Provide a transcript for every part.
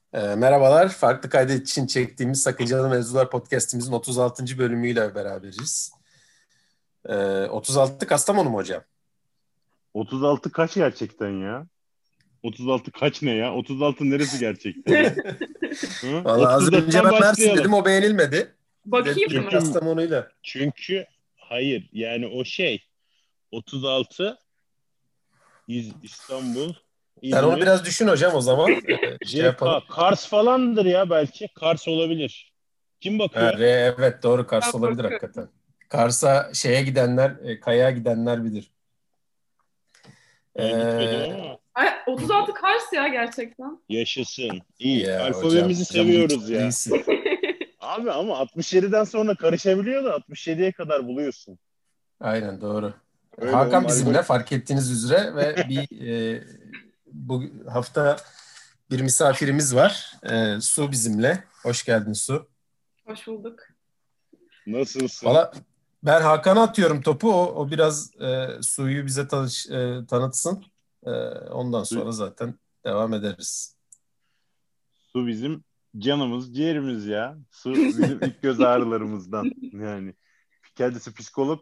Merhabalar. Farklı kaydet için çektiğimiz Sakıncalı Mevzular podcast'imizin 36. bölümüyle beraberiz. 36 Kastamonu mu hocam? 36 kaç gerçekten ya? 36 kaç ne ya? 36 neresi gerçekten ya? Hı? Valla az önce 34'ten ben Mersin başlayalım. dedim, o beğenilmedi. Bakayım Dedim mı? Çünkü Kastamonu'yla. çünkü hayır yani o şey 36 İstanbul, Sen onu biraz İzmir, düşün hocam o zaman. Şey yapalım. Kars falandır ya belki. Kars olabilir. Kim Ha, bakıyor? evet doğru, Ben Kars olabilir bakıyorum. hakikaten. Kars'a şeye gidenler, kayaya gidenler bilir. Ben gitmedim Ee, ama 36 Kars ya gerçekten. yaşasın. İyi. Ya Alfabemizi hocam seviyoruz mutlu ya. değilsin. Abi ama 67'den sonra karışabiliyor da 67'ye kadar buluyorsun. Aynen doğru. Öyle oğlum Hakan bizimle fark ettiğiniz üzere ve bu hafta bir misafirimiz var. Su bizimle. Hoş geldin Su. Hoş bulduk. Nasılsın? Valla ben Hakan'a atıyorum topu. O biraz Su'yu bize tanıtsın. Ondan Su, sonra zaten devam ederiz. su bizim canımız, ciğerimiz ya. Su bizim ilk göz ağrılarımızdan. Yani kendisi psikolog,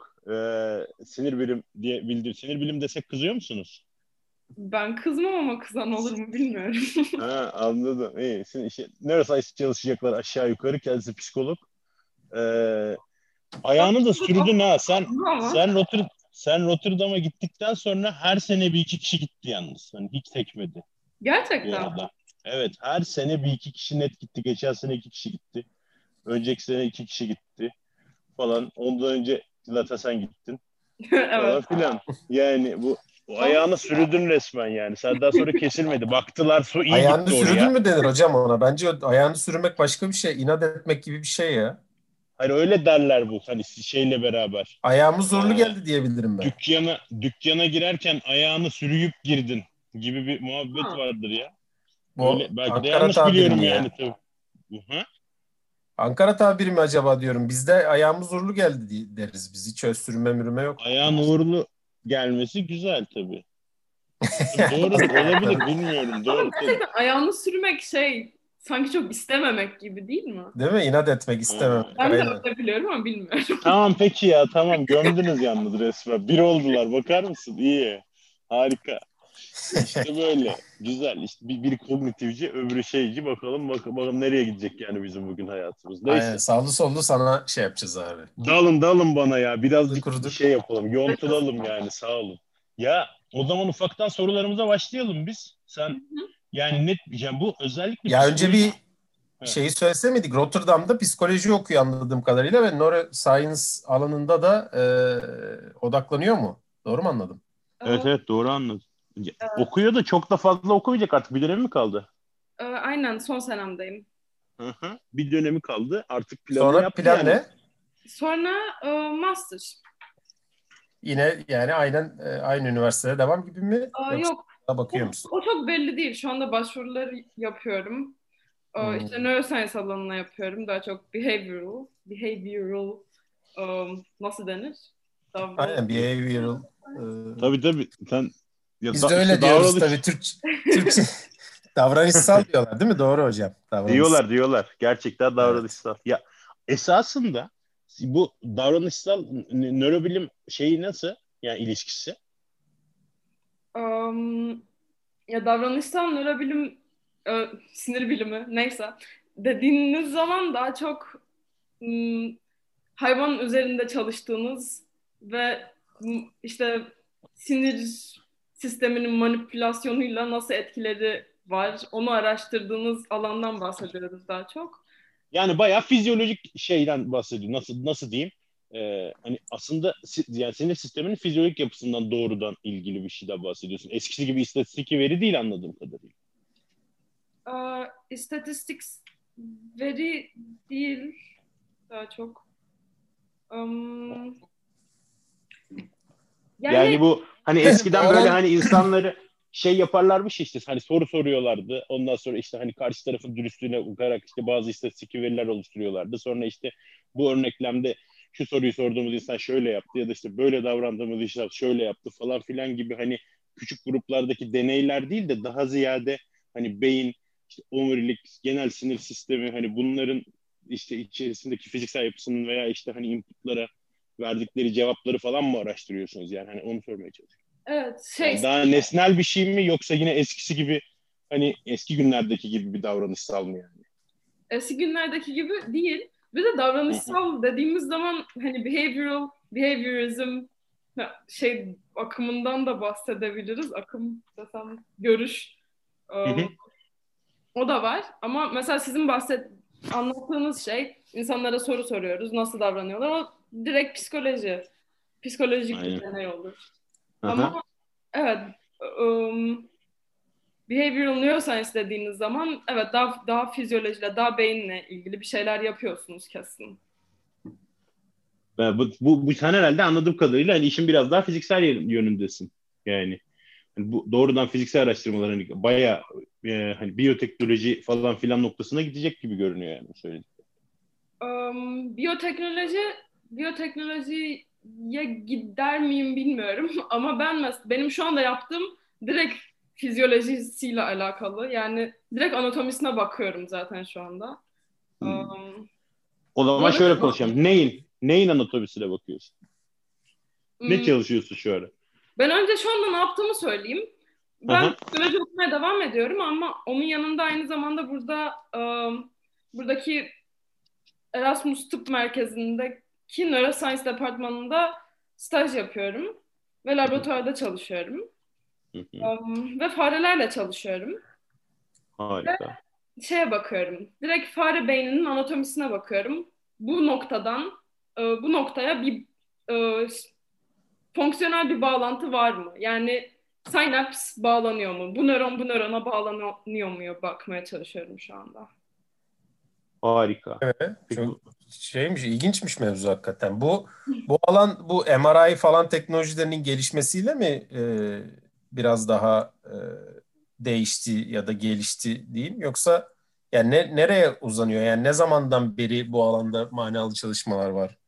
sinir bilim diye bildir. Sinir bilim desek kızıyor musunuz? Ben kızmam ama kızan olur mu bilmiyorum. Ha, anladım. İyi. Şimdi işte, neuroscience çalışacaklar aşağı yukarı. Kendisi psikolog. Ee, ayağını da sürdün ha. Sen Ama sen Rotter, sen Rotterdam'a gittikten sonra her sene bir iki kişi gitti yalnız. Hani hiç sekmedi. Bu gerçekten. arada. Evet, her sene bir iki kişi net gitti. Geçen sene iki kişi gitti. Önceki sene iki kişi gitti falan. Ondan önce zaten sen gittin Evet. falan filan. Yani bu Vallahi ayağını sürüdün resmen yani. Senden sonra kesilmedi. Baktılar su iyi Ayağını gitti sürüdün oraya. mü denir hocam ona? Bence ayağını sürmek başka bir şey. İnat etmek gibi bir şey ya. Hani öyle derler bu hani şeyle beraber. Ayağımız Ee, zorlu geldi diyebilirim ben. dükkana girerken ayağını sürüyüp girdin gibi bir muhabbet ha. vardır ya. Öyle Bu belki de Ankara yanlış tabiri biliyorum mi yani ya? tabii. Ha? Ankara tabiri mi acaba diyorum. Bizde ayağımız uğurlu geldi deriz biz. Hiç öyle sürme mürüme yok Ayağın bizde. uğurlu gelmesi güzel tabii. Tabii doğrudur, olabilir, Ayakları. bilmiyorum. Ama Doğru tabii. gerçekten ayağını sürmek sanki çok istememek gibi değil mi? Değil mi? İnat etmek, istememek. Ben de Aynen. öyle biliyorum ama bilmiyorum. Tamam peki ya, tamam, gömdünüz yalnız resmen. Bir oldular, bakar mısın? İyi. Harika. İşte böyle. Güzel. İşte biri kognitifci, öbürü şeyci. Bakalım nereye gidecek yani bizim bugün hayatımız. Aynen. Neyse. Sağlı sollu sana şey yapacağız abi. Dalın bana ya. Kurduk Birazcık kurduk. şey yapalım. Yaşasın. Yontulalım yani. Sağ olun. Ya o zaman ufaktan sorularımıza başlayalım biz. Sen yani net yani bu özellikle Ya önce psikoloji. bir Heh. şeyi söylese miydik? Rotterdam'da psikoloji okuyor anladığım kadarıyla ve neuroscience alanında da odaklanıyor mu? Doğru mu anladım? Evet, evet, doğru anladım. Ya, Evet. okuyor da çok da fazla okumayacak artık. Bir dönemi mi kaldı? Aynen son senemdeyim. Hı hı. Bir dönemi kaldı. Artık planını Sonra yaptı plan yani. ne? Sonra master. Yine yani aynen aynı üniversitede devam gibi mi? Yoksa Yok. daha O, bakıyor musun? o çok belli değil. Şu anda başvuruları yapıyorum. İşte Hmm. neuroscience alanına yapıyorum. Daha çok behavioral nasıl denir? Davranış. Aynen behavioral. e, Tabii, tabii. Sen ya Biz de işte öyle diyoruz tabii. davranış Türkçe davranışsal diyorlar değil mi? Doğru hocam. Davranış. diyorlar. Gerçekten Evet. davranışsal. Ya esasında bu davranışsal nörobilim şeyi nasıl? Yani ilişkisi. Am, ya davranışsal nörobilim sinir bilimi neyse dediğiniz zaman daha çok m, hayvan üzerinde çalıştığınız ve işte sinir sisteminin manipülasyonuyla nasıl etkileri var onu araştırdığınız alandan bahsediyoruz daha çok. Yani bayağı fizyolojik şeyden bahsediyor. Nasıl diyeyim? Hani aslında yani sinir sisteminin fizyolojik yapısından doğrudan ilgili bir şeyden bahsediyorsun. Eskisi gibi istatistik veri değil anladığım kadarıyla. İstatistik veri değil daha çok. Am, yani Yani bu hani eskiden böyle Oğlan hani insanları şey yaparlarmış işte hani soru soruyorlardı. Ondan sonra işte hani karşı tarafın dürüstlüğüne bakarak işte bazı istatistik veriler oluşturuyorlardı. Sonra işte bu örneklemde şu soruyu sorduğumuz insan şöyle yaptı ya da işte böyle davrandığımız insan şöyle yaptı falan filan gibi hani küçük gruplardaki deneyler değil de daha ziyade hani beyin işte omurilik, genel sinir sistemi, hani bunların işte içerisindeki fiziksel yapısının veya işte hani inputlara verdikleri cevapları falan mı araştırıyorsunuz? Yani hani onu sormaya çalışıyorum. Evet, Yani daha nesnel bir şey mi, yoksa yine eskisi gibi, hani eski günlerdeki gibi bir davranışsal mı yani? eski günlerdeki gibi değil. Bir de Hı hı. davranışsal dediğimiz zaman hani behaviorism akımından da bahsedebiliriz. Akım desem görüş. Hı Ee, hı. O da var. Ama mesela sizin anlattığınız şey, insanlara soru soruyoruz, nasıl davranıyorlar. O direkt psikolojik bir Aynen. deney olur. Aha. Ama evet, behavioral neuroscience dediğiniz zaman evet daha fizyolojiyle, daha beyinle ilgili bir şeyler yapıyorsunuz kesin. Bu sen herhalde anladığım kadarıyla hani işin biraz daha fiziksel yönündesin. Yani hani bu doğrudan fiziksel araştırmalar, hani bayağı hani biyoteknoloji falan filan noktasına gidecek gibi görünüyor yani söyledim. Biyoteknolojiye gider miyim bilmiyorum ama benim şu anda yaptığım direkt fizyolojisiyle alakalı. Yani direkt anatomisine bakıyorum zaten şu anda. Um, O Bu zaman arada şöyle konuşalım. Neyin anatomisine bakıyorsun? Ne hmm, çalışıyorsun şu ara? ben önce şu anda ne yaptığımı söyleyeyim. Ben Aha. psikoloji okumaya devam ediyorum ama onun yanında aynı zamanda buradaki Erasmus Tıp Merkezi'ndeki Neuroscience Departmanı'nda staj yapıyorum ve laboratuvarda çalışıyorum. Hı hı. Ve farelerle çalışıyorum. Ve Harika. şeye bakıyorum. Direkt fare beyninin anatomisine bakıyorum. Bu noktaya bir e, fonksiyonel bir bağlantı var mı? Yani sinaps bağlanıyor mu? Bu nöron bu nörona bağlanıyor mu? Bakmaya çalışıyorum şu anda. Harika. Evet, Peki çok ilginçmiş mevzu hakikaten. Bu alan, bu MRI falan teknolojilerinin gelişmesiyle mi biraz daha değişti ya da gelişti diyeyim, yoksa yani nereye uzanıyor? Yani ne zamandan beri bu alanda manalı çalışmalar var?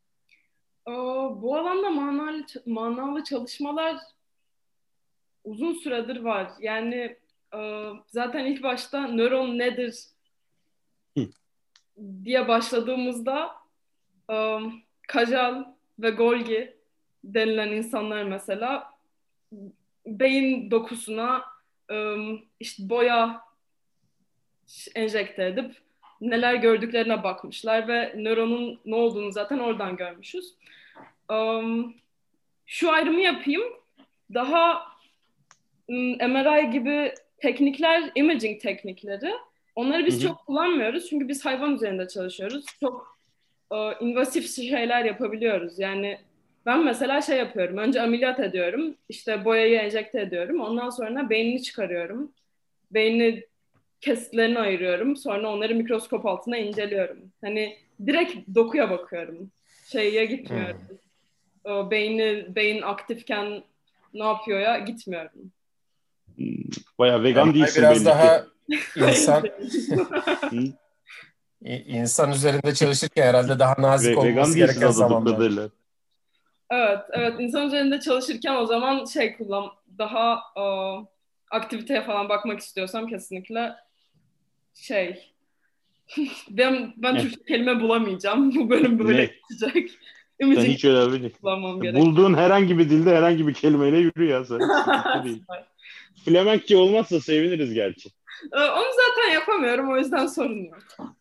Bu alanda manalı çalışmalar uzun süredir var. Yani zaten ilk başta nöron nedir hı, diye başladığımızda e, Kajal ve Golgi denilen insanlar mesela beyin dokusuna işte boya enjekte edip neler gördüklerine bakmışlar ve nöronun ne olduğunu zaten oradan görmüşüz. Şu ayrımı yapayım. Daha MRI gibi teknikler, imaging teknikleri, onları hı biz hı. çok kullanmıyoruz. Çünkü biz hayvan üzerinde çalışıyoruz. Çok invasif şeyler yapabiliyoruz. Yani ben mesela şey yapıyorum. Önce ameliyat ediyorum. İşte boyayı enjekte ediyorum. Ondan sonra beynini çıkarıyorum. Beyni kesitlerini ayırıyorum. Sonra onları mikroskop altına inceliyorum. Hani direkt dokuya bakıyorum. Şeye gitmiyorum. Hmm. Beyin aktifken ne yapıyor ya gitmiyorum. Bayağı vegan MRI değilsin biraz belli ki. daha insan Hı? insan üzerinde çalışırken herhalde daha nazik Vegan olması değilsin gereken anladığım zamanlar. kadarıyla. Evet, evet. İnsan üzerinde çalışırken o zaman daha aktiviteye falan bakmak istiyorsam kesinlikle şey. Ben Ne? Türkçe kelime bulamayacağım. Bu bölüm böyle Ne? geçecek. Sen Imaging hiç önemli değil. kullanmam gerek. Bulduğun herhangi bir dilde herhangi bir kelimeyle yürü ya sen. Sıkıntı değil. Süper. Flemenkçe olmazsa seviniriz gerçi. Onu zaten yapamıyorum. O yüzden sorun yok.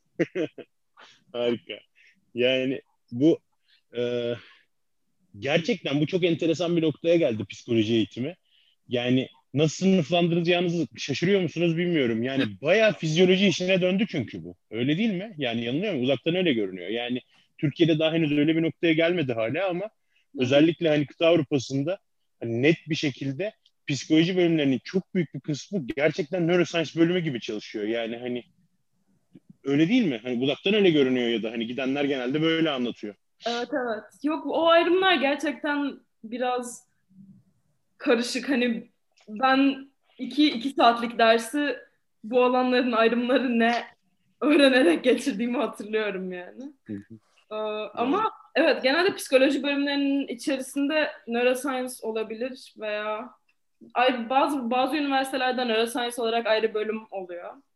Harika. Yani bu e, gerçekten bu çok enteresan bir noktaya geldi psikoloji eğitimi. Yani nasıl sınıflandıracağınızı şaşırıyor musunuz bilmiyorum. Yani bayağı fizyoloji işine döndü çünkü bu. Öyle değil mi? Yani yanılıyor muyum? Uzaktan öyle görünüyor. Yani Türkiye'de daha henüz öyle bir noktaya gelmedi hala ama özellikle hani kıta Avrupa'sında hani net bir şekilde psikoloji bölümlerinin çok büyük bir kısmı gerçekten neuroscience bölümü gibi çalışıyor. Yani hani öyle değil mi? Hani uzaktan öyle görünüyor ya da hani gidenler genelde böyle anlatıyor. Evet, evet. Yok, o ayrımlar gerçekten biraz karışık. Hani ben iki saatlik dersi bu alanların ayrımları ne öğrenerek geçirdiğimi hatırlıyorum yani. Ee, Yani Ama evet, genelde psikoloji bölümlerinin içerisinde neuroscience olabilir veya bazı üniversitelerde neuroscience olarak ayrı bölüm oluyor.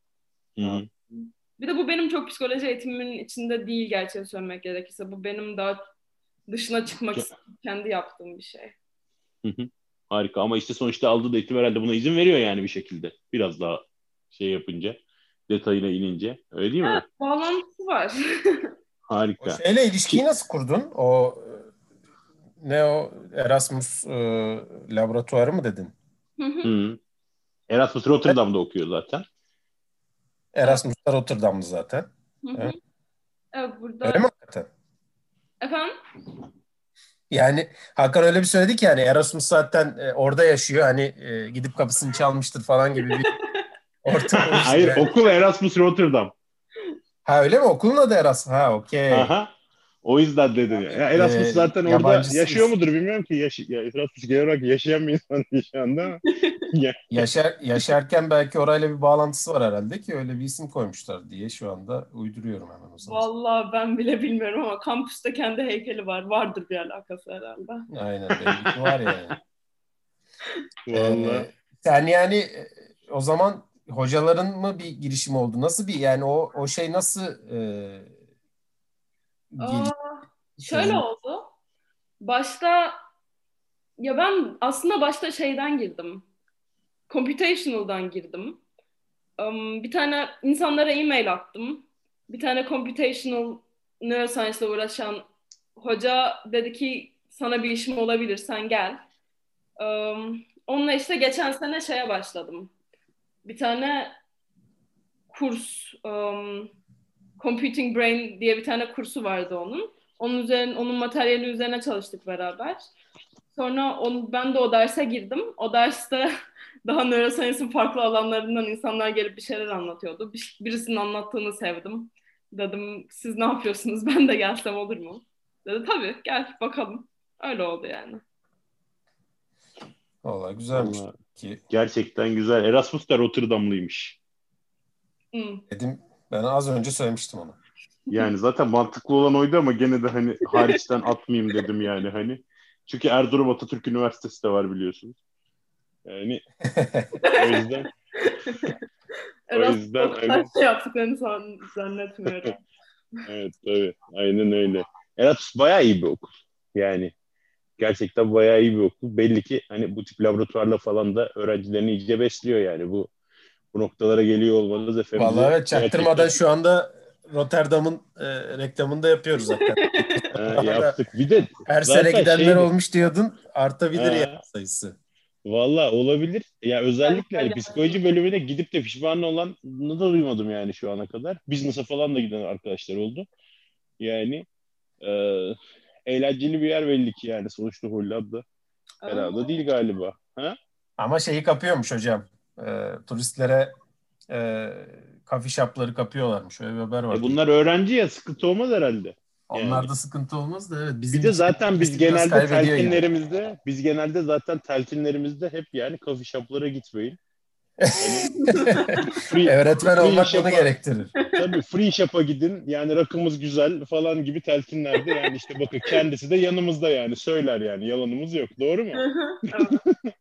Hı-hı. Bir de bu benim çok psikoloji eğitimimin içinde değil, gerçeği söylemek gerekirse. Bu benim daha dışına çıkmak istediğim, kendi yaptığım bir şey. Hı-hı. Harika ama işte sonuçta aldığı da eğitim herhalde buna izin veriyor yani bir şekilde. Biraz daha şey yapınca, detayına inince. Öyle değil mi? Evet, bağlantısı var. O Harika. şeyle ilişkiyi Ki, nasıl kurdun? O ne o Erasmus laboratuvarı mı dedin? Hı hı. hı. Erasmus Rotterdam'da okuyor zaten. Evet. Erasmus'ta Rotterdam'dı zaten. Hı hı. Evet. Evet, Öyle burada mi hakikaten? efendim. Yani Hakan öyle bir söyledi ki yani Erasmus zaten orada yaşıyor. Hani gidip kapısını çalmıştır falan gibi bir ortam oluştu Hayır, yani. okul Erasmus Rotterdam. Ha öyle mi? Okulun adı Erasmus. Ha okey. Aha. O yüzden dedim ya. Abi, Ya Erasmus zaten orada yaşıyor yabancısıyız. mudur bilmiyorum ki. Ya Erasmus genel olarak yaşayan bir insan değil şu anda ama. Ya, Yaşarken belki orayla bir bağlantısı var herhalde ki öyle bir isim koymuşlar diye şu anda uyduruyorum hemen o zaman. Vallahi ben bile bilmiyorum ama kampüste kendi heykeli var. Vardır bir alakası herhalde. Aynen belli ki var yani. vallahi. Sen yani o zaman hocaların mı bir girişim oldu? Nasıl bir yani o şey nasıl Aa, gelişti şöyle sizin? oldu. Başta ya ben aslında başta şeyden girdim. Computational'dan girdim. Bir tane insanlara e-mail attım. Bir tane computational neuroscience ile uğraşan hoca dedi ki sana bir işim olabilir, sen gel. Onunla işte geçen sene şeye başladım. Bir tane kurs, Computing Brain diye bir tane kursu vardı onun. Onun materyali üzerine çalıştık beraber. Sonra ben de o derse girdim. O derste daha neuroscience'in farklı alanlarından insanlar gelip bir şeyler anlatıyordu. Birisinin anlattığını sevdim. Dedim siz ne yapıyorsunuz? Ben de gelsem olur mu? Dedi tabii gel bakalım. Öyle oldu yani. Vallahi güzelmiş Vallahi ki gerçekten güzel. Erasmus da Rotterdamlıymış. Hmm. dedim ben az önce söylemiştim onu. Yani zaten mantıklı olan oydu ama gene de hani hariçten atmayayım dedim yani hani. Çünkü Erzurum Atatürk Üniversitesi de var biliyorsunuz. Yani o yüzden o Erasmus o yüzden kadar hani şey yaptıklarını zannetmiyorum. evet tabii aynen öyle. Erasmus bayağı iyi bir okul. Yani gerçekten bayağı iyi bir okul. Belli ki hani bu tip laboratuvarla falan da öğrencilerini iyice besliyor yani. Bu noktalara geliyor olmanız efendim Vallahi bizi evet çaktırmadan gerçekten şu anda Rotterdam'ın reklamını da yapıyoruz hakikaten. Daha da yaptık. Bir de her sene zaten gidenler şeydi. olmuş diyordun artabilir yani Ha, sayısı. valla olabilir. Ya özellikle hani Gerçekten psikoloji bölümüne gidip de pişman olanını da duymadım yani şu ana kadar. Business'a falan da giden arkadaşlar oldu. Yani e, eğlenceli bir yer belli ki yani sonuçta Hollanda. Fena da değil galiba. Ha? Ama şeyi kapıyormuş hocam. Turistlere e, coffee shop'ları kapıyorlarmış. Öyle bir haber var. Bunlar öğrenci ya sıkıntı olmaz herhalde. Yani. Onlarda sıkıntı olmaz da evet Bir bizim de için zaten biz nesli biraz genelde kaybediyor gibi. telkinlerimizde hep yani coffee shop'lara gitmeyin. Hani free Öğretmen free olmak bunu shop'a gerektirir. tabii free shop'a gidin. Yani rakımız güzel falan gibi telkinlerde yani işte bakın kendisi de yanımızda yani söyler yani yalanımız yok. Doğru mu? evet.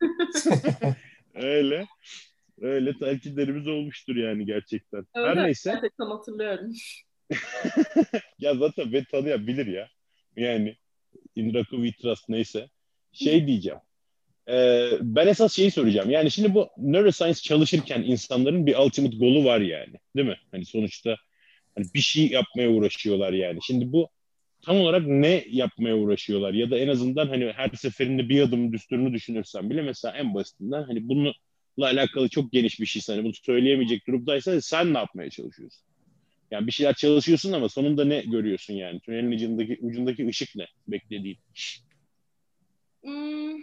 Öyle. Öyle telkinlerimiz olmuştur yani gerçekten. Evet, Her evet, neyse. gerçekten hatırlıyorum. Ya zaten beni tanıyan bilir ya. Yani Inraku Vitras neyse. Şey diyeceğim. Ben esas şeyi soracağım. Yani şimdi bu neuroscience çalışırken insanların bir ultimate goal'u var yani. Değil mi? Hani sonuçta hani bir şey yapmaya uğraşıyorlar yani. Şimdi bu tam olarak ne yapmaya uğraşıyorlar? Ya da en azından hani her seferinde bir adım düsturunu düşünürsen bile mesela en basitinden hani bununla alakalı çok geniş bir şey hani bunu söyleyemeyecek durumdaysa sen ne yapmaya çalışıyorsun? Yani bir şeyler çalışıyorsun ama sonunda ne görüyorsun yani? Tünelin ucundaki ışık ne beklediğin? Hmm,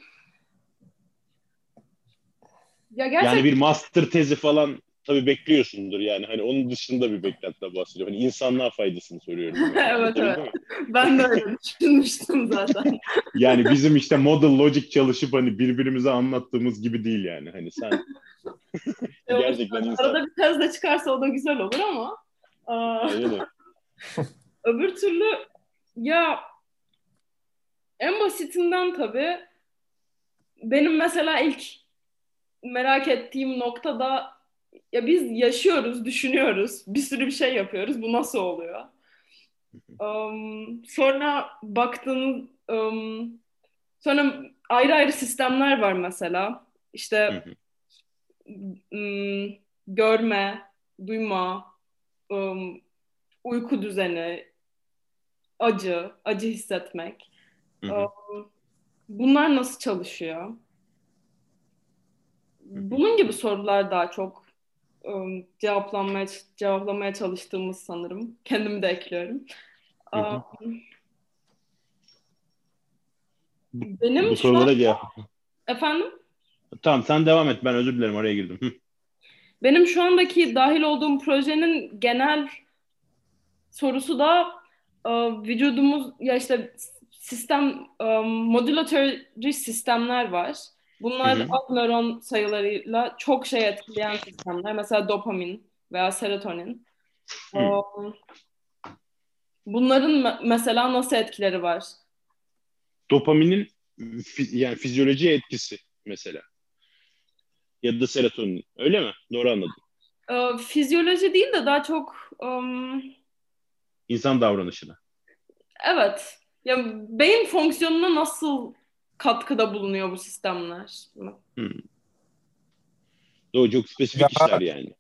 ya Yani gerçekten bir master tezi falan tabii bekliyorsundur yani. Hani onun dışında bir beklentiden bahsediyorum. Hani insanlığa faydasını soruyorum yani. evet, evet. Anlatabildim mi? Ben de öyle düşünmüştüm zaten. Yani bizim işte model logic çalışıp hani birbirimize anlattığımız gibi değil yani. Hani sen O gerçekten insan. arada bir tez de çıkarsa o da güzel olur ama Aynen öyle. öbür türlü ya en basitinden tabii benim mesela ilk merak ettiğim noktada ya biz yaşıyoruz, düşünüyoruz, bir sürü bir şey yapıyoruz. Bu nasıl oluyor? Sonra baktığınız sonra ayrı ayrı sistemler var mesela. Hı İşte hı, görme, duyma, ım, uyku düzeni, acı hissetmek. hı hı, Im, Bunlar nasıl çalışıyor? hı hı, Bunun gibi sorular daha çok cevaplamaya çalıştığımız sanırım. Kendimi de ekliyorum. hı hı. Benim Bu şu an sorulara cevap. efendim Tamam, sen devam et. Ben özür dilerim, araya girdim. Hı benim şu andaki dahil olduğum projenin genel sorusu da vücudumuz ya işte sistem modülatörü sistemler var. Bunlar hı, alt nöron sayılarıyla çok şey etkileyen sistemler. Mesela dopamin veya serotonin. hı. Bunların mesela nasıl etkileri var? Dopaminin yani fizyolojiye etkisi mesela. Ya da serotonin. Öyle mi? Doğru anladım. Fizyoloji değil de daha çok İnsan davranışına. evet. Ya beyin fonksiyonuna nasıl katkıda bulunuyor bu sistemler? Hı. Doğru, çok spesifik işler Daha yani.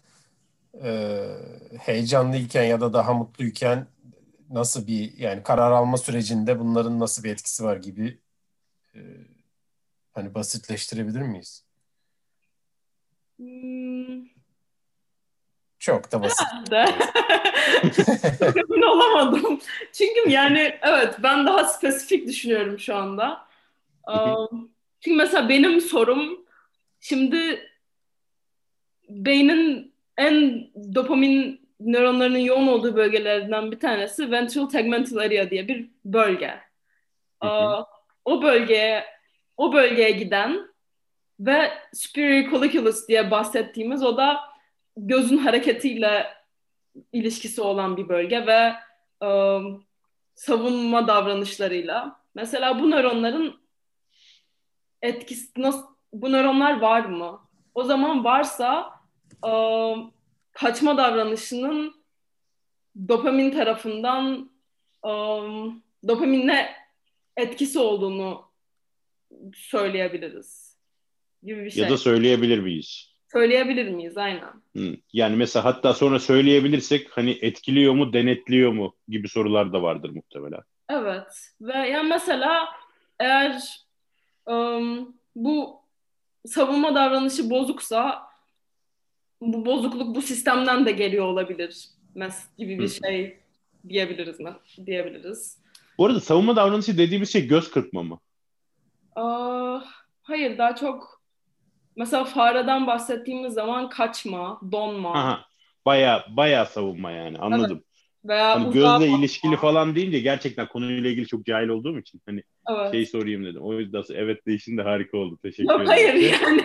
heyecanlıyken ya da daha mutluyken nasıl bir yani karar alma sürecinde bunların nasıl bir etkisi var gibi e, hani basitleştirebilir miyiz? Hmm, Çok da basit. de. Evet. Çok emin olamadım. Çünkü yani evet ben daha spesifik düşünüyorum şu anda. Çünkü mesela benim sorum şimdi beynin en dopamin nöronlarının yoğun olduğu bölgelerinden bir tanesi ventral tegmental area diye bir bölge. O bölgeye o bölgeye giden ve superior colliculus diye bahsettiğimiz o da gözün hareketiyle ilişkisi olan bir bölge ve savunma davranışlarıyla. Mesela bu nöronların etkisi nasıl, bu nöronlar var mı? O zaman varsa e, kaçma davranışının dopamin tarafından e, dopaminle etkisi olduğunu söyleyebiliriz gibi bir Ya şey. da söyleyebilir miyiz? Söyleyebilir miyiz? Aynen. Yani mesela hatta sonra söyleyebilirsek hani etkiliyor mu, denetliyor mu gibi sorular da vardır muhtemelen. Evet. Ve yani mesela eğer bu savunma davranışı bozuksa bu bozukluk bu sistemden de geliyor olabilir gibi bir Hı. şey diyebiliriz mi? Diyebiliriz. Bu arada savunma davranışı dediğimiz şey göz kırpma mı? Aa, hayır daha çok mesela fareden bahsettiğimiz zaman kaçma, donma, Aha. Baya baya savunma yani, evet, anladım. veya Hani uzağa gözle ilişkili bakma. falan deyince gerçekten konuyla ilgili çok cahil olduğum için hani şey Evet. sorayım dedim. O yüzden evet değişin de harika oldu. Teşekkür Yok ederim. hayır yani.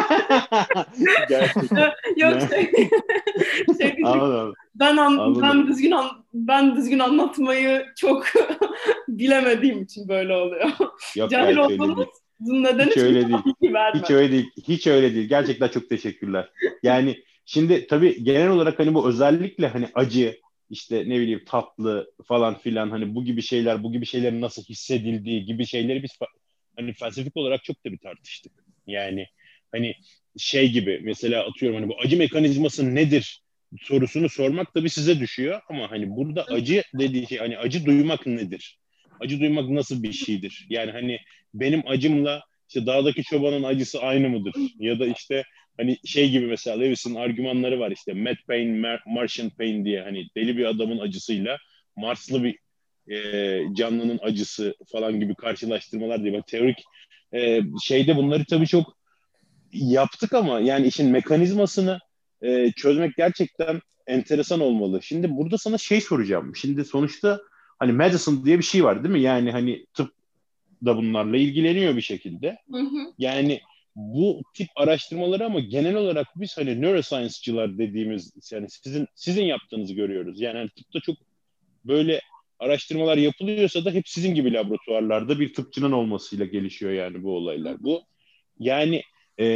Gerçekten. Yok şey, şey diyecek. Anladım. Ben Anladım. ben düzgün anlatmayı çok bilemediğim için böyle oluyor. Yok, Cahil gayet öyle olduğumuz değil. nedeni Hiç çünkü öyle değil. bilgi Hiç vermem. öyle değil. Hiç öyle değil. Gerçekten çok teşekkürler. Yani şimdi tabii genel olarak hani bu özellikle hani acı, işte ne bileyim tatlı falan filan, hani bu gibi şeyler, bu gibi şeylerin nasıl hissedildiği gibi şeyleri biz hani felsefik olarak çok da bir tartıştık. Yani hani şey gibi mesela, atıyorum hani bu acı mekanizması nedir sorusunu sormak tabii size düşüyor, ama hani burada acı dediği şey, hani acı duymak nedir? Acı duymak nasıl bir şeydir? Yani hani benim acımla işte dağdaki çobanın acısı aynı mıdır? Ya da işte hani şey gibi, mesela Lewis'in argümanları var, işte Mad Pain, Martian Pain diye, hani deli bir adamın acısıyla Marslı bir canlının acısı falan gibi karşılaştırmalar diye. Bak, teorik şeyde bunları tabii çok yaptık, ama yani işin mekanizmasını çözmek gerçekten enteresan olmalı. Şimdi burada sana şey soracağım. Şimdi sonuçta hani medicine diye bir şey var değil mi? Yani hani tıp da bunlarla ilgileniyor bir şekilde. Hı hı. Yani bu tip araştırmaları ama genel olarak biz hani neuroscience'cılar dediğimiz, yani sizin yaptığınızı görüyoruz. Yani hani tıpta çok böyle araştırmalar yapılıyorsa da hep sizin gibi laboratuvarlarda bir tıpçının olmasıyla gelişiyor yani bu olaylar. Bu yani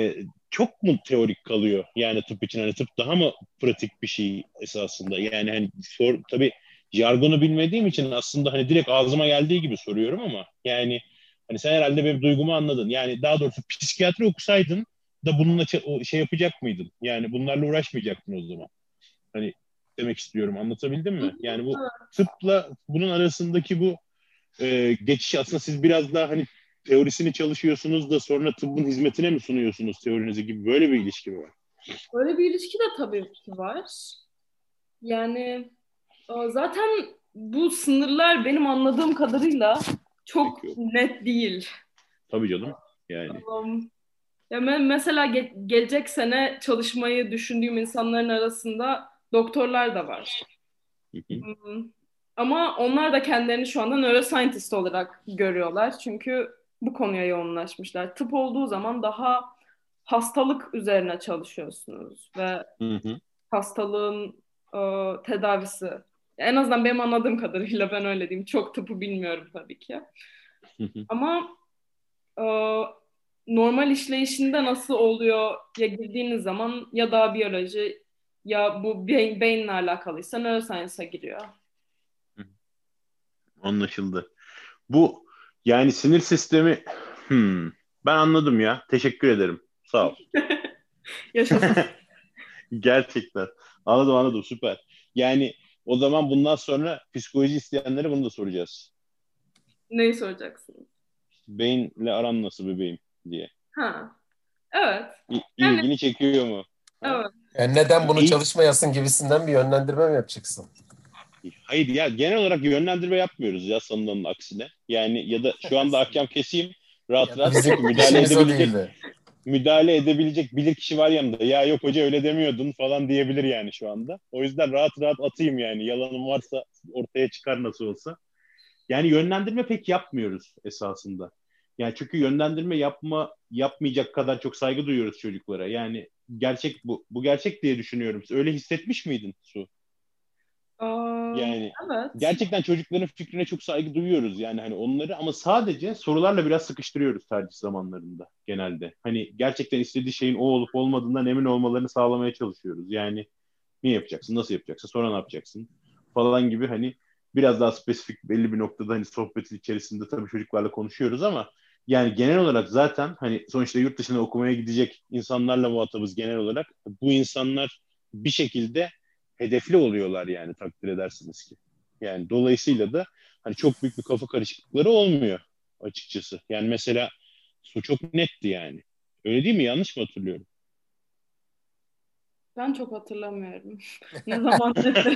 çok mu teorik kalıyor? Yani tıp için hani tıp daha mı pratik bir şey esasında? Yani hani tabii jargonu bilmediğim için aslında hani direkt ağzıma geldiği gibi soruyorum ama yani hani sen herhalde benim duygumu anladın. Yani daha doğrusu psikiyatri okusaydın da bununla şey yapacak mıydın? Yani bunlarla uğraşmayacaktın o zaman. Hani demek istiyorum. Anlatabildim mi? Yani bu tıpla bunun arasındaki bu geçiş aslında siz biraz daha hani teorisini çalışıyorsunuz da sonra tıbbın hizmetine mi sunuyorsunuz teorinizi gibi böyle bir ilişki mi var? Böyle bir ilişki de tabii ki var. Yani zaten bu sınırlar benim anladığım kadarıyla çok Peki. net değil. Tabii canım. Yani. Ya mesela gelecek sene çalışmayı düşündüğüm insanların arasında doktorlar da var. Hmm. Ama onlar da kendilerini şu anda neuroscientist olarak görüyorlar. Çünkü bu konuya yoğunlaşmışlar. Tıp olduğu zaman daha hastalık üzerine çalışıyorsunuz ve Hı hı. hastalığın tedavisi. En azından benim anladığım kadarıyla ben öyle diyeyim. Çok tıpı bilmiyorum tabii ki. Hı hı. Ama e, normal işleyişinde nasıl oluyor ya girdiğiniz zaman ya da biyoloji ya bu beyinle alakalıysa neuroscience'a giriyor. Anlaşıldı. Bu yani sinir sistemi ben anladım ya. Teşekkür ederim. Sağ ol. Yaşasın. Gerçekten. Anladım süper. Yani o zaman bundan sonra psikoloji isteyenlere bunu da soracağız. Neyi soracaksınız? Beyinle aran nasıl bebeğim diye. Ha, evet. Yani İlgini çekiyor mu? Ha? evet. Yani neden bunu İyi. çalışmayasın gibisinden bir yönlendirme mi yapacaksın? Hayır ya genel olarak yönlendirme yapmıyoruz ya sanılanın aksine. Yani ya da şu anda ahkam keseyim rahat Ya da rahat çünkü bizim işimiz o değildi. müdahale edebilecek bilir kişi var yanında. Ya yok hoca öyle demiyordun falan diyebilir yani şu anda. O yüzden rahat rahat atayım yani. Yalanım varsa ortaya çıkar nasıl olsa. Yani yönlendirme pek yapmıyoruz esasında. Yani çünkü yönlendirme yapmayacak kadar çok saygı duyuyoruz çocuklara. Yani gerçek bu. Bu gerçek diye düşünüyorum. Öyle hissetmiş miydin Su? Yani Evet. gerçekten çocukların fikrine çok saygı duyuyoruz yani hani onları ama sadece sorularla biraz sıkıştırıyoruz tercih zamanlarında genelde. Hani gerçekten istediği şeyin o olup olmadığından emin olmalarını sağlamaya çalışıyoruz. Yani ne yapacaksın, nasıl yapacaksın, sonra ne yapacaksın falan gibi hani biraz daha spesifik belli bir noktada hani sohbetin içerisinde tabii çocuklarla konuşuyoruz ama yani genel olarak zaten hani sonuçta yurt dışına okumaya gidecek insanlarla muhatabız genel olarak. Bu insanlar bir şekilde hedefli oluyorlar yani takdir edersiniz ki. Yani dolayısıyla da hani çok büyük bir kafa karışıklıkları olmuyor açıkçası. Yani mesela su çok netti yani. Öyle değil mi? Yanlış mı hatırlıyorum? Ben çok hatırlamıyorum. Ne zaman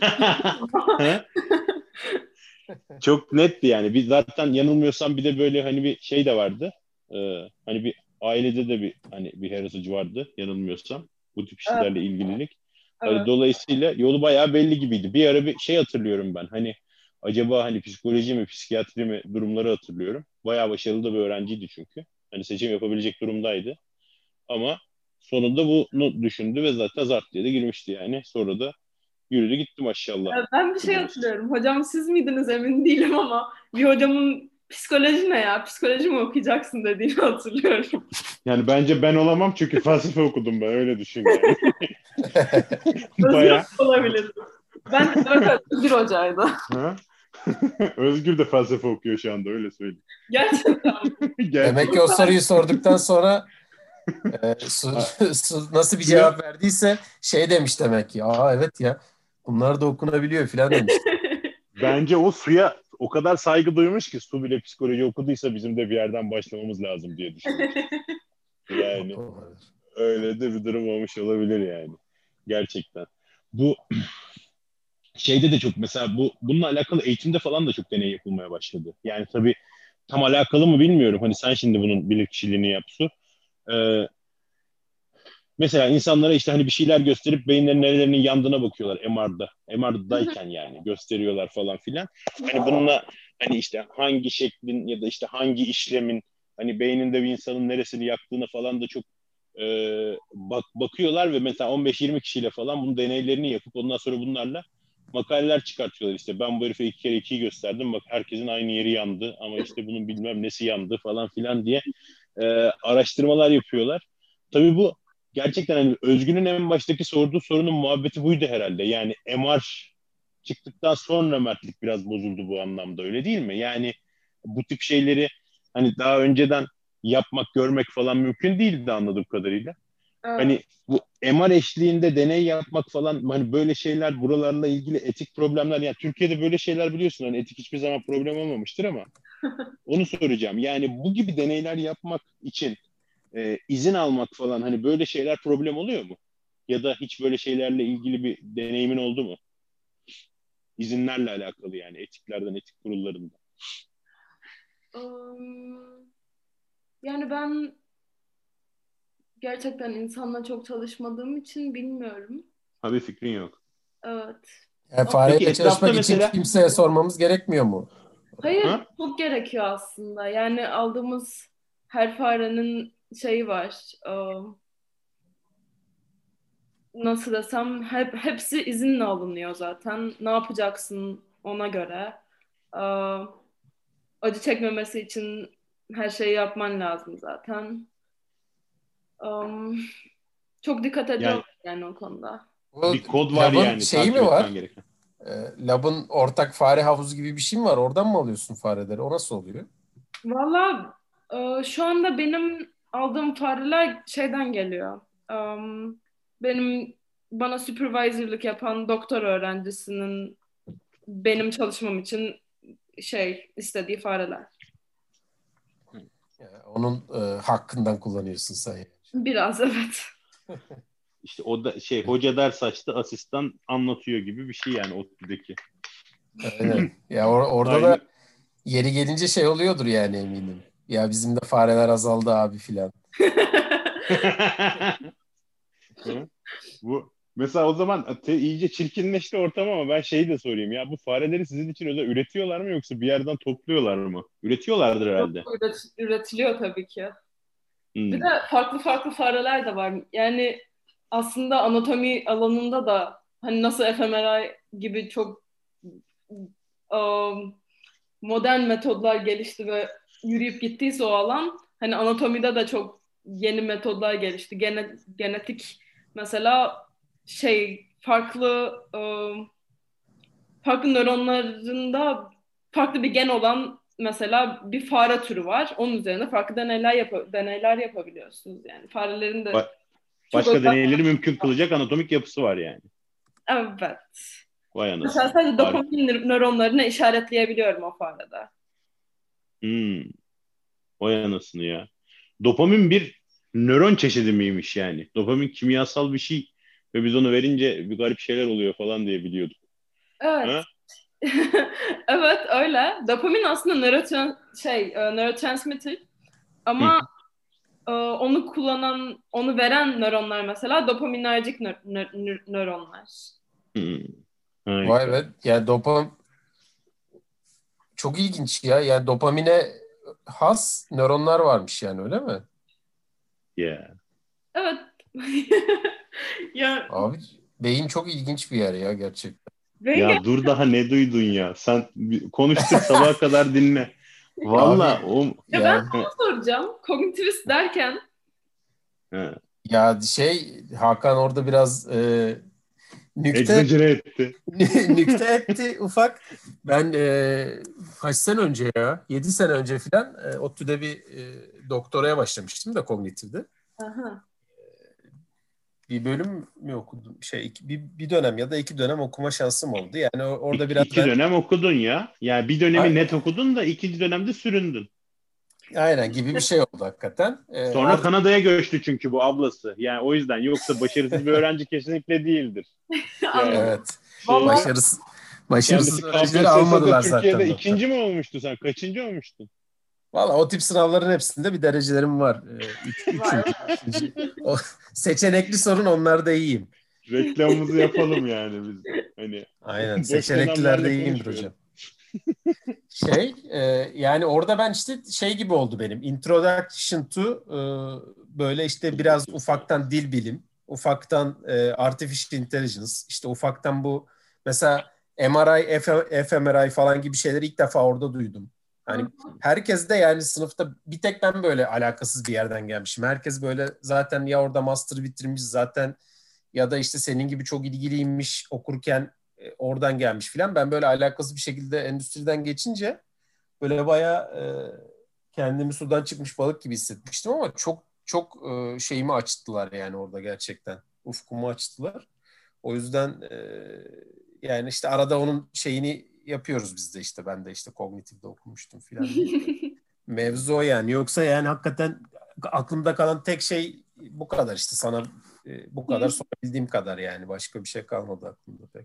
Çok netti yani. Biz zaten yanılmıyorsam bir de böyle hani bir şey de vardı. Hani bir ailede de bir hani bir heritage vardı yanılmıyorsam. Bu tip Evet, işlerle ilgililik. Hani evet. dolayısıyla yolu bayağı belli gibiydi. Bir ara bir şey hatırlıyorum ben. Hani acaba hani psikoloji mi, psikiyatri mi durumları hatırlıyorum. Bayağı başarılı da bir öğrenciydi çünkü. Hani seçim yapabilecek durumdaydı. Ama sonunda bunu düşündü ve zaten zart diye de girmişti yani. Sonra da yürüdü gitti maşallah. Ben bir şey Kudurmuş. hatırlıyorum. Hocam siz miydiniz emin değilim ama bir hocamın psikoloji ne ya? Psikoloji mi okuyacaksın dediğini hatırlıyorum. Yani bence ben olamam çünkü felsefe okudum ben öyle düşün yani. Özgür Baya olabilir. Ben evet, evet, Özgür hocaydı. ha? Özgür de felsefe okuyor şu anda öyle söyleyeyim. Gerçekten. Demek ki Gerçekten. o soruyu sorduktan sonra Ha, Nasıl bir suya cevap verdiyse şey demiş demek ki. Aa evet ya bunlar da okunabiliyor falan demiş. bence o suya o kadar saygı duymuş ki su bile psikoloji okuduysa bizim de bir yerden başlamamız lazım diye düşünmüş. Yani öyle de bir durum olmuş olabilir yani. Gerçekten. Bu şeyde de çok mesela bununla alakalı eğitimde falan da çok deney yapılmaya başladı. Yani tabii tam alakalı mı bilmiyorum. Hani sen şimdi bunun bilir kişiliğini yap Su. Ee, Mesela insanlara işte hani bir şeyler gösterip beyinlerin nerelerinin yandığına bakıyorlar MR'da. MR'dayken yani gösteriyorlar falan filan. Hani bununla hani işte hangi şeklin ya da işte hangi işlemin hani beyninde bir insanın neresini yaktığına falan da çok e, bakıyorlar ve mesela 15-20 kişiyle falan bunun deneylerini yapıp ondan sonra bunlarla makaleler çıkartıyorlar işte. Ben bu herife 2 kere 2'yi gösterdim bak herkesin aynı yeri yandı ama işte bunun bilmem nesi yandı falan filan diye araştırmalar yapıyorlar. Tabii bu gerçekten hani Özgün'ün en baştaki sorduğu sorunun muhabbeti buydu herhalde. Yani MR çıktıktan sonra mertlik biraz bozuldu bu anlamda, öyle değil mi? Yani bu tip şeyleri hani daha önceden yapmak, görmek falan mümkün değildi anladığım kadarıyla. Evet. Hani bu MR eşliğinde deney yapmak falan, hani böyle şeyler, buralarla ilgili etik problemler, yani Türkiye'de böyle şeyler biliyorsun hani etik hiçbir zaman problem olmamıştır ama onu soracağım. Yani bu gibi deneyler yapmak için izin almak falan, hani böyle şeyler problem oluyor mu? Ya da hiç böyle şeylerle ilgili bir deneyimin oldu mu? İzinlerle alakalı, yani etiklerden, etik kurullarında. Im, Yani ben gerçekten insanla çok çalışmadığım için bilmiyorum. Ha, bir fikrin yok. Evet. Yani Peki fareyle etrafta çalışmak için mesela, kimseye sormamız gerekmiyor mu? Hayır, ha? çok gerekiyor aslında. Yani aldığımız her farenin şeyi var. Nasıl desem, hepsi izinle alınıyor zaten. Ne yapacaksın ona göre. Aa, Acı çekmemesi için her şeyi yapman lazım zaten. Am, Çok dikkat Yani ediyorlar yani o konuda. Bu bir kod var labın yani şeyi takip mi etmen var? gereken. Labın ortak fare havuzu gibi bir şey mi var? Oradan mı alıyorsun fareleri? O nasıl oluyor? Valla şu anda benim aldığım fareler şeyden geliyor. Benim bana supervisorlık yapan doktor öğrencisinin benim çalışmam için istediği fareler. Yani onun hakkından kullanıyorsun sen yani. Biraz evet. İşte o da şey, hoca ders açtı, asistan anlatıyor gibi bir şey yani ODTÜ'deki. Aynen. Ya orada da Aynı. yeri gelince şey oluyordur yani eminim. Ya bizim de fareler azaldı abi filan. Hı? Bu mesela o zaman iyice çirkinleşti ortam, ama ben şeyi de sorayım ya, bu fareleri sizin için özel üretiyorlar mı yoksa bir yerden topluyorlar mı? Üretiyorlardır herhalde. Üretiliyor tabii ki. Bir de Hmm. farklı farklı fareler de var. Yani aslında anatomi alanında da hani nasıl fMRI gibi çok um, modern metodlar gelişti ve yürüyüp gittiyse o alan, hani anatomide de çok yeni metodlar gelişti. Genetik mesela farklı nöronlarında farklı bir gen olan mesela bir fare türü var. Onun üzerine farklı deneyler yapabiliyorsunuz yani. Farelerin de Ba- çok Başka özel. deneyleri mümkün kılacak anatomik yapısı var yani. Evet. Vay Mesela anasını. sadece Harika. dopamin nöronlarını işaretleyebiliyorum o farede. Hmm. Vay anasını ya. Dopamin bir nöron çeşidi miymiş yani? Dopamin kimyasal bir şey ve biz onu verince bir garip şeyler oluyor falan diye biliyorduk. Evet. Ha? Evet öyle. Dopamin aslında neurotransmitter Hı. ama onu veren nöronlar mesela dopaminerjik nöronlar. Hı. Vay Harika. be. Yani çok ilginç ya. Yani dopamine has nöronlar varmış yani öyle mi? Yeah. Evet. Ya Abi beyin çok ilginç bir yer ya gerçekten. rengi Ya dur, daha ne duydun ya? Sen konuştur sabaha kadar dinle. Abi Valla o... ya ben ya sana soracağım. Kognitivist derken Ha, ya Hakan orada biraz nükte egzajere etti. nükte etti ufak. Ben kaç sene önce ya? 7 sene önce filan ODTÜ'de bir doktoraya başlamıştım da kognitifte. aha. Bir bölüm mü okudum? Bir dönem ya da 2 dönem okuma şansım oldu. Yani orada biraz İki ben dönem okudun ya. Yani bir dönemi A- net okudun da ikinci dönemde süründün. aynen gibi bir şey oldu hakikaten. Sonra Kanada'ya göçtü çünkü bu ablası. Yani o yüzden, yoksa başarısız bir öğrenci kesinlikle değildir. Yani Anladım. Evet. şey, Vallahi Başarısız başarısız kendisi öğrencileri KPSS'de almadılar Türkiye'de zaten doktor. ikinci mi olmuştu sen? Kaçıncı olmuştun? Valla o tip sınavların hepsinde bir derecelerim var. vay. Üçüncü, beşinci. O seçenekli sorun onlarda iyiyim. Reklamımızı yapalım yani biz de. Hani Aynen. boş Seçeneklilerde dönemlerde iyiyimdir hocam. konuşmayalım. Yani orada ben işte şey gibi oldu benim. Introduction to böyle işte biraz ufaktan dil bilim, ufaktan artificial intelligence, işte ufaktan bu mesela MRI, fMRI falan gibi şeyleri ilk defa orada duydum. Hani herkes de yani sınıfta bir tek ben böyle alakasız bir yerden gelmişim. Herkes böyle zaten ya orada master bitirmiş zaten ya da işte senin gibi çok ilgiliymiş okurken oradan gelmiş filan. Ben böyle alakasız bir şekilde endüstriden geçince böyle bayağı kendimi sudan çıkmış balık gibi hissetmiştim ama çok çok şeyimi açtılar yani orada gerçekten. Ufkumu açtılar. O yüzden yani işte arada onun şeyini yapıyoruz biz de işte. Ben de işte kognitifte okumuştum filan diye. Mevzu o yani. Yoksa yani hakikaten aklımda kalan tek şey bu kadar işte sana bu kadar sorabildiğim kadar yani. Başka bir şey kalmadı aklımda pek.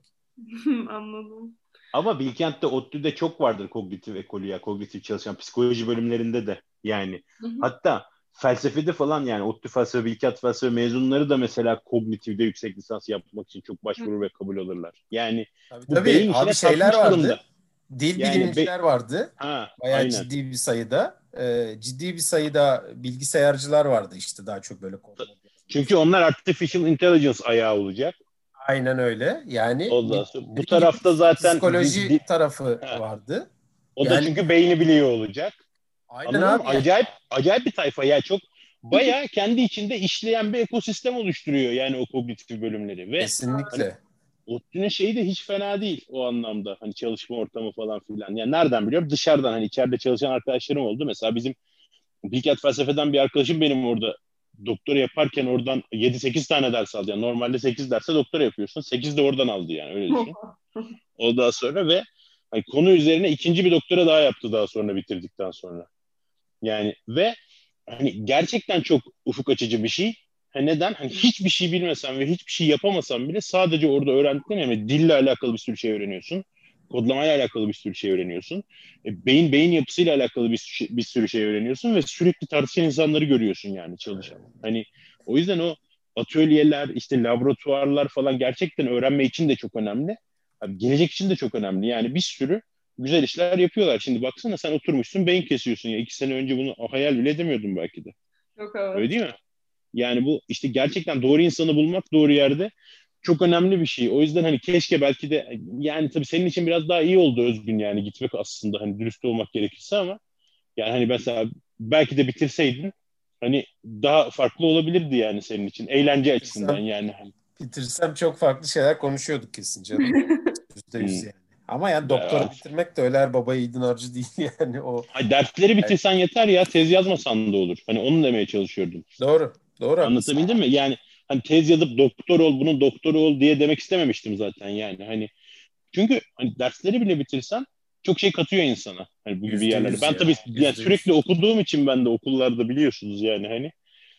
Anladım. Ama Bilkent'te, ODTÜ'de çok vardır kognitif ekolü ya. Kognitif çalışan psikoloji bölümlerinde de yani. Hatta felsefede falan yani ODTÜ felsefe, Bilkent felsefe mezunları da mesela kognitifde yüksek lisans yapmak için çok başvurur ve kabul alırlar. Yani Tabii bu tabii beyin abi işine şeyler takmış durumda. vardı. Dil Yani bilimciler vardı. ha Bayağı aynen. ciddi bir sayıda. Ciddi bir sayıda bilgisayarcılar vardı işte daha çok böyle kod. Çünkü onlar artificial intelligence ayağı olacak. Aynen öyle. Yani Ondan sonra bu dediğin gibi tarafta zaten psikoloji tarafı vardı. o da Yani çünkü beyni biliyor olacak. aynen Anladın mı? abi yani. Acayip bir tayfa ya, çok bayağı kendi içinde işleyen bir ekosistem oluşturuyor yani o kognitif bölümleri ve hani Kesinlikle. ODTÜ'nün şeyi de hiç fena değil o anlamda, hani çalışma ortamı falan filan. Yani nereden biliyorum? Dışarıdan, hani içeride çalışan arkadaşlarım oldu. Mesela bizim Bilkent felsefeden bir arkadaşım benim orada doktora yaparken oradan 7-8 tane ders aldı. Yani normalde 8 derse doktora yapıyorsun. 8 de oradan aldı yani, öyle düşün. Ondan sonra ve hani konu üzerine ikinci bir doktora daha yaptı daha sonra, bitirdikten sonra. Yani ve hani gerçekten çok ufuk açıcı bir şey. Ha, neden? Hani hiçbir şey bilmesen ve hiçbir şey yapamasan bile sadece orada öğrendiklerin, yani dille alakalı bir sürü şey öğreniyorsun. Kodlamayla alakalı bir sürü şey öğreniyorsun. Beyin yapısıyla alakalı bir sürü şey öğreniyorsun ve sürekli tartışan insanları görüyorsun yani, çalışan. Hani o yüzden o atölyeler, işte laboratuvarlar falan gerçekten öğrenme için de çok önemli. Abi, gelecek için de çok önemli. Yani bir sürü güzel işler yapıyorlar. Şimdi baksana, sen oturmuşsun beyin kesiyorsun ya. 2 sene önce bunu hayal bile edemiyordum belki de. Yok Öyle evet. değil mi? Yani bu işte gerçekten doğru insanı bulmak doğru yerde çok önemli bir şey. O yüzden hani keşke belki de, yani tabii senin için biraz daha iyi oldu Özgün, yani gitmek aslında, hani dürüst olmak gerekirse, ama yani hani mesela belki de bitirseydin hani daha farklı olabilirdi yani senin için. Eğlence açısından Bitirsem, yani. bitirsem çok farklı şeyler konuşuyorduk kesin canım. %100 Hmm. yani. Ama yani doktora bitirmek de öyle her baba yiğidin harcı değil yani o. Ay, dersleri Yani bitirsen yeter ya, tez yazmasan da olur. Hani onu demeye çalışıyordum. doğru. Doğru haklısın. Anlatabildim mi? Yani hani tez yazıp doktor ol, bunun doktoru ol diye demek istememiştim zaten yani. Hani çünkü hani dersleri bile bitirsen çok şey katıyor insana. Hani bu gibi yerlerde. %100 Ben ya. tabii yani sürekli %100. okuduğum için, ben de okullarda biliyorsunuz yani, hani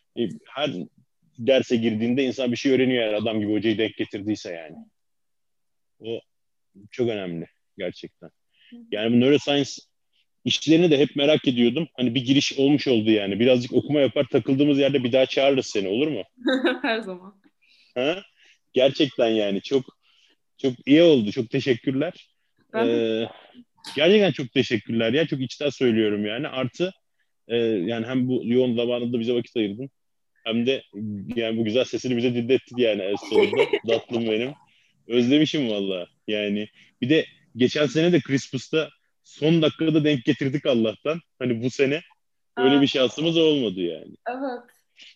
her derse girdiğinde insan bir şey öğreniyor, yani adam gibi hocayı denk getirdiyse yani. O çok önemli gerçekten. Yani bu neuroscience işlerini de hep merak ediyordum. Hani bir giriş olmuş oldu yani. Birazcık okuma yapar, takıldığımız yerde bir daha çağırırız seni, olur mu? Her zaman. Ha? Gerçekten yani çok çok iyi oldu. Çok teşekkürler. Ben de Gerçekten çok teşekkürler ya. Çok içten söylüyorum yani. Artı yani hem bu yoğun zamanında bize vakit ayırdın. Hem de yani bu güzel sesini bize dinlettin yani en sonunda. Tatlım benim. Özlemişim valla. Yani bir de geçen sene de Christmas'ta son dakikada denk getirdik Allah'tan. Hani bu sene öyle Aa, bir şansımız olmadı yani. evet.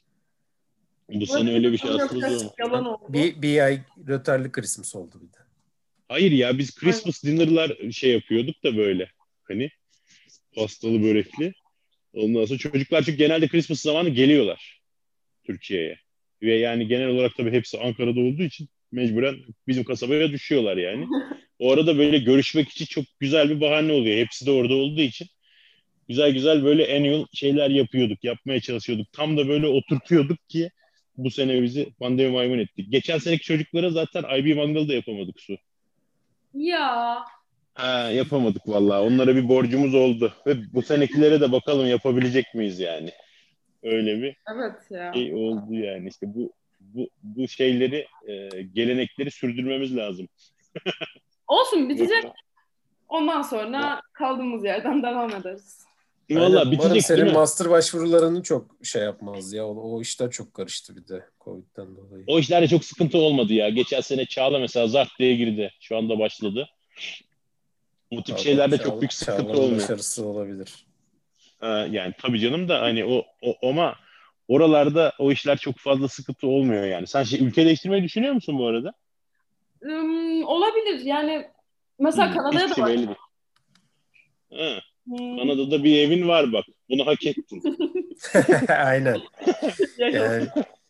Bu Bu arada sene öyle bir tam şansımız yoksa olmadı. yalan oldu. Bir ay rötarlı Christmas oldu bir de. Hayır ya, biz Aynen. Christmas dinner'lar şey yapıyorduk da böyle. Hani pastalı börekli. Ondan sonra çocuklar çünkü genelde Christmas zamanı geliyorlar Türkiye'ye. Ve yani genel olarak tabii hepsi Ankara'da olduğu için mecburen bizim kasabaya düşüyorlar yani. O arada böyle görüşmek için çok güzel bir bahane oluyor. Hepsi de orada olduğu için. Güzel güzel böyle annual şeyler yapıyorduk, yapmaya çalışıyorduk. Tam da böyle oturtuyorduk ki bu sene bizi pandemi maymun etti. Geçen seneki çocuklara zaten IB Mangal'ı da yapamadık, Su. Ya. Ha, yapamadık vallahi. Onlara bir borcumuz oldu. Ve bu senekilere de bakalım yapabilecek miyiz yani. Öyle bir Evet ya. şey oldu yani. İşte bu şeyleri, gelenekleri sürdürmemiz lazım. Olsun bitecek. Yoksa Ondan sonra kaldığımız yerden devam ederiz. Aynen. vallahi Umarım bitecek değil senin mi? master başvurularını çok şey yapmaz ya. O işler çok karıştı bir de Covid'den dolayı. O işlerde çok sıkıntı olmadı ya. Geçen sene Çağla mesela Zart diye girdi. Şu anda başladı. O tip şeylerde çok büyük sıkıntı Çağlar'ın olmuyor. başarısı olabilir. Yani tabii canım da hani ama oralarda o işler çok fazla sıkıntı olmuyor yani. Sen ülke değiştirmeyi düşünüyor musun bu arada? Olabilir. Yani mesela Kanada'ya Hiçbir da şey bak. belli değil. Ha, Hmm, Kanada'da bir evin var bak. Bunu hak ettin. Aynen. yaşasın. Yani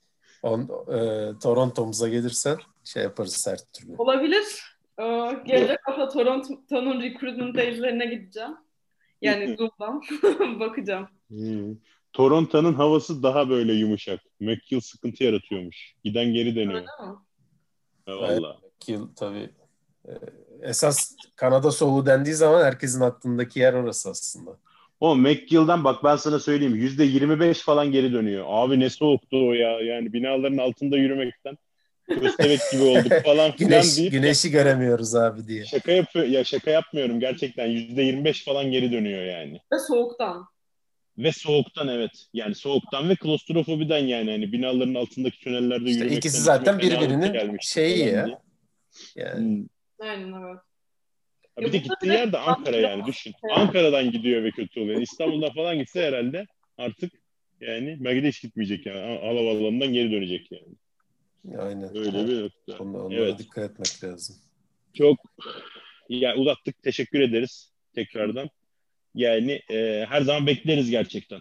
Toronto'muza gelirsen şey yaparız her türlü. Olabilir. Gelecek hafta Toronto'nun recruitment days'lerine gideceğim. Yani Zoom'dan bakacağım. Toronto'nun havası daha böyle yumuşak. McGill sıkıntı yaratıyormuş. Giden geri dönüyor. Değil mi? Evet, Valla. yıl tabii. E, Esas Kanada soğuğu dendiği zaman herkesin aklındaki yer orası aslında. O McGill'den bak ben sana söyleyeyim. %25 falan geri dönüyor. Abi ne soğuktu o ya. Yani binaların altında yürümekten köstebek gibi olduk falan filan deyip Güneşi göremiyoruz abi diye. şaka yapıyor. Ya şaka yapmıyorum gerçekten. %25 falan geri dönüyor yani. Ve soğuktan. Ve soğuktan evet. Yani soğuktan ve klostrofobiden yani. Hani binaların altındaki tünellerde İşte ikisi yürümekten içime zaten fenalık birbirinin gelmişti şeyi falan diye. ya. Yani Hmm. Aynen evet. Ha, bir Ya de burada gittiği direkt yer de Ankara yani düşün. yani. Ankara'dan gidiyor ve kötü oluyor. Yani İstanbul'dan falan gitse herhalde artık yani belki de hiç gitmeyecek yani. Havaalanından geri dönecek yani. aynen. Öyle bir nokta. Onlara Evet. dikkat etmek lazım. Çok yani uzattık. Teşekkür ederiz tekrardan. Yani her zaman bekleriz gerçekten.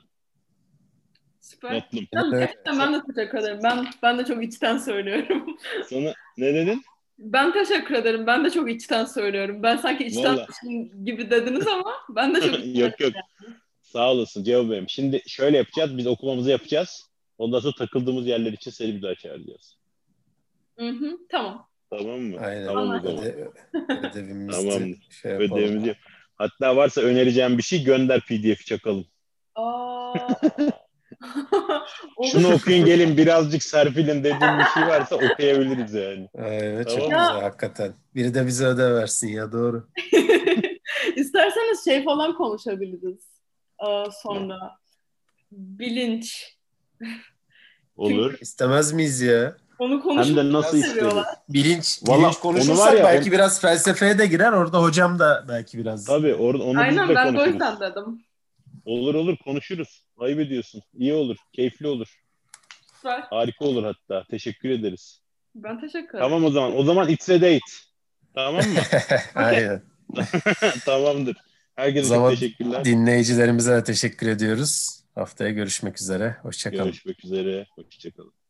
Süper. Tatlım. Gerçekten ben de teşekkür ederim. Ben de çok içten söylüyorum. Sana ne dedin? Ben teşekkür ederim. Ben de çok içten söylüyorum. Ben sanki içten Valla. gibi dediniz ama ben de çok içten. Yok yok. Sağ olasın cevap benim. Şimdi şöyle yapacağız. Biz okumamızı yapacağız. Ondan sonra takıldığımız yerler için seni bir daha çağıracağız. Hı, tamam. Tamam mı? Aynen. Tamam o zaman. Anlaştık. Ödevimizi Tamamdır. şey yapalım. Ödevimizi yap. Hatta varsa önereceğim bir şey gönder PDF'i çakalım. Aa. Şunu Olur. okuyun gelin birazcık serpilin dediğim bir şey varsa okuyabiliriz yani. Evet, çok Tamam mı? güzel Ya hakikaten. Biri de bize ödev versin ya, doğru. isterseniz şey falan konuşabiliriz. Sonra bilinç. Çünkü Olur. İstemez miyiz ya? onu Hem konuşmayı de nasıl çok seviyorlar. isteriz. Bilinç Valla onu var konuşursak ya belki biraz felsefeye de girer. Orada hocam da belki biraz. tabii onu biz Aynen de ben de o konuşuruz. yüzden dedim. Olur olur konuşuruz. Ayıp ediyorsun. İyi olur. Keyifli olur. Süper. Harika olur hatta. Teşekkür ederiz. Ben teşekkür ederim. Tamam o zaman. O zaman it's a date. Tamam mı? Okey. Aynen. Tamamdır. O Herkese çok zaman teşekkürler. dinleyicilerimize de teşekkür ediyoruz. Haftaya görüşmek üzere. Hoşça kalın. Görüşmek üzere. Hoşçakalın.